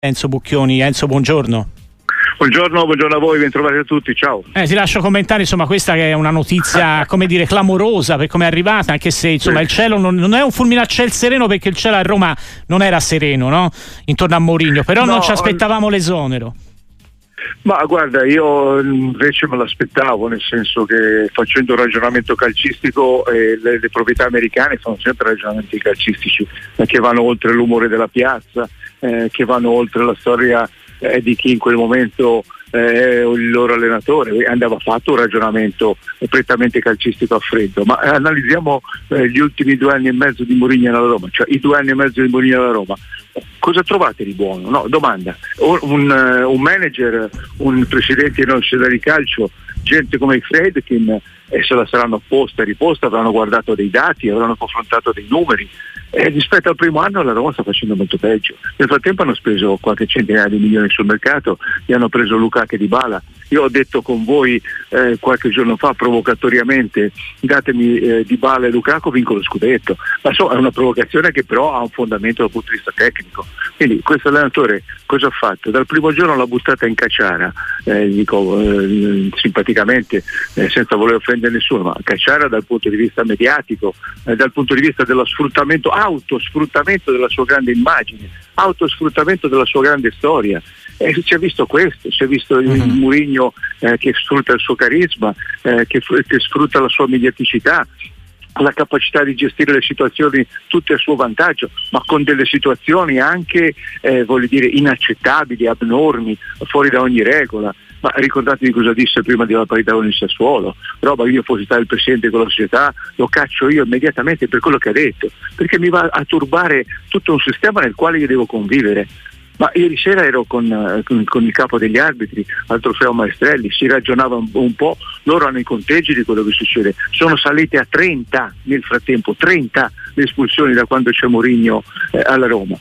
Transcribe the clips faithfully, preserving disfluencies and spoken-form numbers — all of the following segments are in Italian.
Enzo Bucchioni. Enzo, buongiorno. Buongiorno, buongiorno a voi, bentrovati a tutti, ciao. Eh, ti lascio commentare, insomma, questa che è una notizia, come dire, clamorosa per come è arrivata, anche se, insomma, sì. il cielo non, non è un fulmine a ciel sereno, perché il cielo a Roma non era sereno, no? Intorno a Mourinho, però no, non ci aspettavamo l'esonero. Ma guarda, io invece me l'aspettavo, nel senso che facendo un ragionamento calcistico eh, le, le proprietà americane fanno sempre ragionamenti calcistici eh, che vanno oltre l'umore della piazza, eh, che vanno oltre la storia eh, di chi in quel momento eh, il loro allenatore andava fatto un ragionamento prettamente calcistico a freddo. Ma eh, analizziamo eh, gli ultimi due anni e mezzo di Mourinho alla Roma, cioè i due anni e mezzo di Mourinho alla Roma. Cosa trovate di buono? No, domanda. Un, uh, un manager, un presidente di una società di calcio, gente come i Friedkin, e se la saranno posta e riposta, avranno guardato dei dati, avranno confrontato dei numeri. E rispetto al primo anno la Roma sta facendo molto peggio. Nel frattempo hanno speso qualche centinaia di milioni sul mercato e hanno preso Lukaku e Dybala. Io ho detto con voi eh, qualche giorno fa provocatoriamente: datemi eh, Dybala e Lukaku, vinco lo scudetto. Ma so, è una provocazione che però ha un fondamento dal punto di vista tecnico. Quindi questo allenatore cosa ha fatto? Dal primo giorno l'ha buttata in cacciara, eh, dico eh, simpaticamente, eh, senza voler offendere nessuno, ma cacciara dal punto di vista mediatico, eh, dal punto di vista dello sfruttamento, autosfruttamento della sua grande immagine, autosfruttamento della sua grande storia. E si è visto questo, si è visto il mm-hmm. Mourinho eh, che sfrutta il suo carisma, eh, che, che sfrutta la sua mediaticità, la capacità di gestire le situazioni tutte a suo vantaggio, ma con delle situazioni anche eh, voglio dire inaccettabili, abnormi, fuori da ogni regola. Ma ricordatevi cosa disse prima della parità con il Sassuolo: roba, io fossi stato il presidente con la società lo caccio io immediatamente per quello che ha detto, perché mi va a turbare tutto un sistema nel quale io devo convivere. Ma ieri sera ero con, con, con il capo degli arbitri al trofeo Maestrelli, si ragionava un, un po', loro hanno i conteggi di quello che succede, sono salite a trenta nel frattempo, trenta le espulsioni da quando c'è Mourinho eh, alla Roma.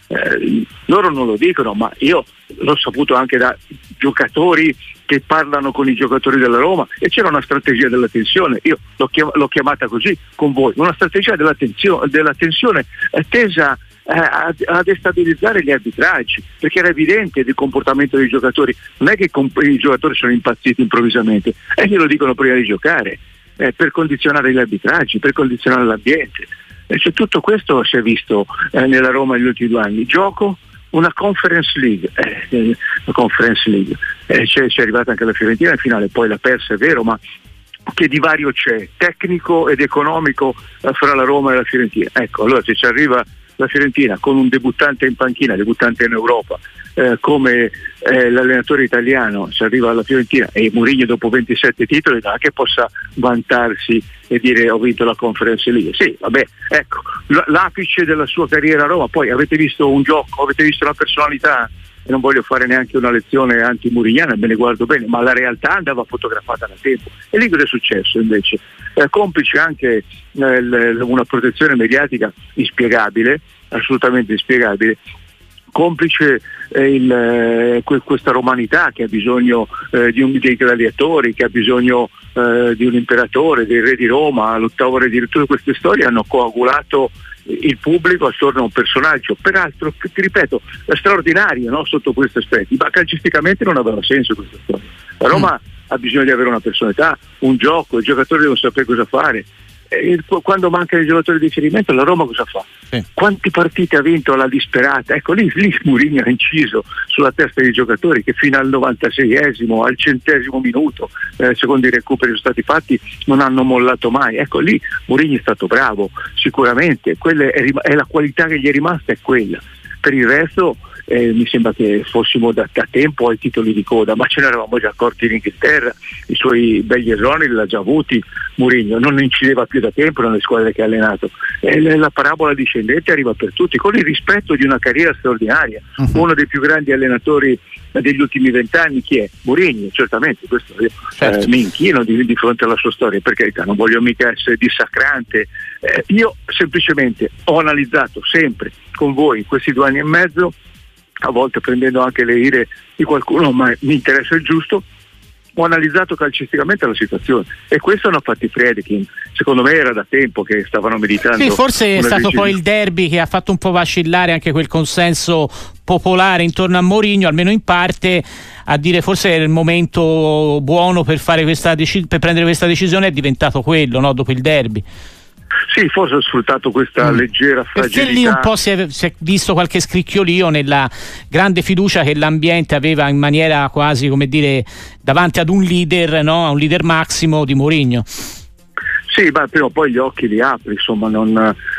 Eh, loro non lo dicono, ma io l'ho saputo anche da giocatori che parlano con i giocatori della Roma, e c'era una strategia della tensione. Io l'ho, chiam- l'ho chiamata così con voi, una strategia della, tenzio- della tensione eh, tesa A, a destabilizzare gli arbitraggi, perché era evidente il comportamento dei giocatori. Non è che comp- i giocatori sono impazziti improvvisamente, e glielo dicono prima di giocare, eh, per condizionare gli arbitraggi, per condizionare l'ambiente. E cioè, tutto questo si è visto eh, nella Roma negli ultimi due anni. Gioco una Conference League, eh, la Conference League eh, c'è, c'è arrivata anche la Fiorentina in finale, poi l'ha persa, è vero, ma che divario c'è tecnico ed economico eh, fra la Roma e la Fiorentina? Ecco, allora se ci arriva la Fiorentina con un debuttante in panchina, debuttante in Europa, eh, come eh, l'allenatore italiano, si arriva alla Fiorentina, e Mourinho dopo ventisette titoli non è che possa vantarsi e dire ho vinto la Conference League. Sì, vabbè, ecco, l'apice della sua carriera a Roma. Poi avete visto un gioco, avete visto una personalità, e non voglio fare neanche una lezione anti-murigliana, me ne guardo bene, ma la realtà andava fotografata da tempo. E lì cosa è successo invece? Eh, complice anche eh, l- una protezione mediatica inspiegabile, assolutamente inspiegabile, complice eh, il, eh, que- questa romanità che ha bisogno eh, di un, dei gladiatori, che ha bisogno eh, di un imperatore, dei re di Roma, l'ottavo re di tutte queste storie hanno coagulato il pubblico attorno a un personaggio, peraltro, ti ripeto, straordinario, no? Sotto questi aspetti, ma calcisticamente non aveva senso questa storia. La Roma mm. ha bisogno di avere una personalità, un gioco, i giocatori devono sapere cosa fare. E quando mancano i giocatori di riferimento, la Roma cosa fa? Sì. Quante partite ha vinto alla disperata? Ecco, lì, lì Mourinho ha inciso sulla testa dei giocatori, che fino al novantaseiesimo, al centesimo minuto, eh, secondo i recuperi che sono stati fatti, non hanno mollato mai. Ecco, lì Mourinho è stato bravo, sicuramente. Quella è, è la qualità che gli è rimasta, è quella. Per il resto eh, mi sembra che fossimo da, da tempo ai titoli di coda, ma ce ne eravamo già accorti in Inghilterra, i suoi begli esoni li ha già avuti Mourinho, non incideva più da tempo nelle squadre che ha allenato, e la parabola discendente arriva per tutti, con il rispetto di una carriera straordinaria. Uh-huh. Uno dei più grandi allenatori degli ultimi vent'anni, chi è? Mourinho, certamente, questo io, certo. eh, mi inchino di, di fronte alla sua storia, per carità, non voglio mica essere dissacrante, eh, io semplicemente ho analizzato sempre con voi in questi due anni e mezzo, a volte prendendo anche le ire di qualcuno, ma mi interessa il giusto, ho analizzato calcisticamente la situazione, e questo hanno fatto i Friedkin. Secondo me era da tempo che stavano meditando. Sì, forse è stato decisione. Poi il derby che ha fatto un po' vacillare anche quel consenso popolare intorno a Mourinho, almeno in parte, a dire forse era il momento buono per fare questa dec- per prendere questa decisione. È diventato quello, no? Dopo il derby. Sì, forse ho sfruttato questa mm. leggera fragilità. Perché lì un po' si è, si è visto qualche scricchiolio nella grande fiducia che l'ambiente aveva in maniera quasi, come dire, davanti ad un leader, no? A un leader massimo di Mourinho. Sì, ma prima o poi gli occhi li apri, insomma, non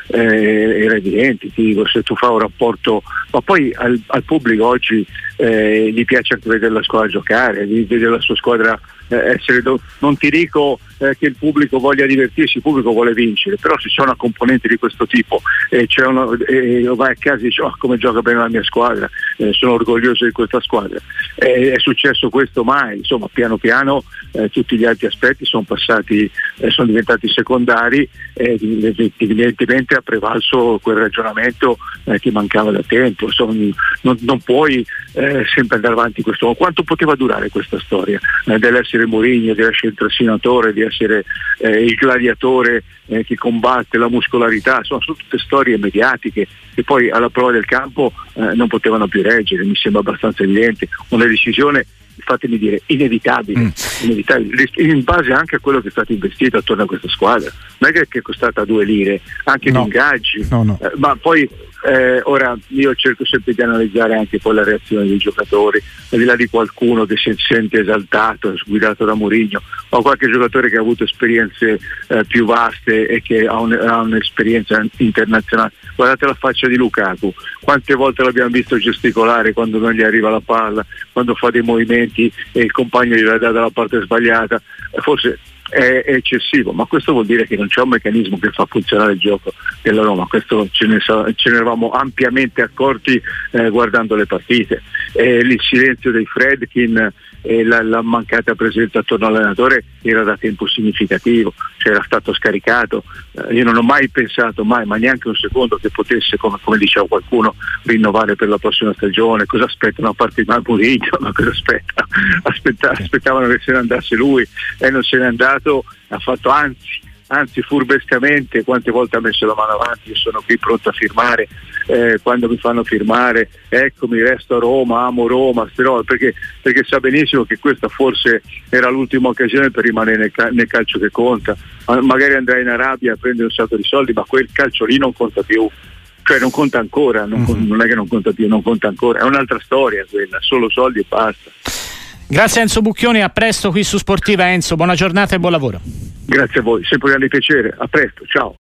eh, era evidente, ti dico, se tu fai un rapporto, ma poi al, al pubblico oggi eh, gli piace anche vedere la squadra giocare, vedere la sua squadra eh, essere do- non ti dico eh, che il pubblico voglia divertirsi, il pubblico vuole vincere, però se c'è una componente di questo tipo e eh, c'è uno, eh, vai a casa e dici oh, come gioca bene la mia squadra, eh, sono orgoglioso di questa squadra, eh, è successo questo mai, insomma piano piano eh, tutti gli altri aspetti sono passati, eh, sono diventati secondari, e eh, evidentemente ha prevalso quel ragionamento eh, che mancava da tempo. Insomma, non, non puoi eh, sempre andare avanti questo. Quanto poteva durare questa storia eh, dell'essere Mourinho, di essere il trascinatore, di essere eh, il gladiatore eh, che combatte la muscolarità? Sono tutte storie mediatiche che poi alla prova del campo eh, non potevano più reggere. Mi sembra abbastanza evidente una decisione, fatemi dire, inevitabile, mm. inevitabile, in base anche a quello che è stato investito attorno a questa squadra. Non è che è costata due lire, anche no. gli ingaggi, no, no. Eh, ma poi eh, ora io cerco sempre di analizzare anche poi la reazione dei giocatori, al di là di qualcuno che si sente esaltato, guidato da Mourinho, o qualche giocatore che ha avuto esperienze eh, più vaste e che ha, un, ha un'esperienza internazionale. Guardate la faccia di Lukaku, quante volte l'abbiamo visto gesticolare quando non gli arriva la palla, quando fa dei movimenti e il compagno gliela dà dalla parte sbagliata, forse è, è eccessivo, ma questo vuol dire che non c'è un meccanismo che fa funzionare il gioco della Roma. Questo ce ne, ce ne eravamo ampiamente accorti eh, guardando le partite. Eh, il silenzio dei Friedkin e la, la mancata presenza attorno all'allenatore era da tempo significativo, cioè era stato scaricato. Eh, io non ho mai pensato, mai, ma neanche un secondo, che potesse, come, come diceva qualcuno, rinnovare per la prossima stagione. Cosa aspettano a parte di Mourinho? Ma cosa aspetta? Aspetta, aspettavano che se ne andasse lui e non se n'è andato, ha fatto anzi anzi furbescamente, quante volte ha messo la mano avanti, io sono qui pronto a firmare, eh, quando mi fanno firmare eccomi, resto a Roma, amo Roma, però, perché, perché sa benissimo che questa forse era l'ultima occasione per rimanere nel, cal- nel calcio che conta. Magari andrai in Arabia a prendere un sacco di soldi, ma quel calcio lì non conta più, cioè non conta ancora, non, mm-hmm. non è che non conta più, non conta ancora, è un'altra storia quella, solo soldi e basta. Grazie Enzo Bucchioni, a presto qui su Sportiva. Enzo, buona giornata e buon lavoro. Grazie a voi, sempre un grande piacere, a presto, ciao.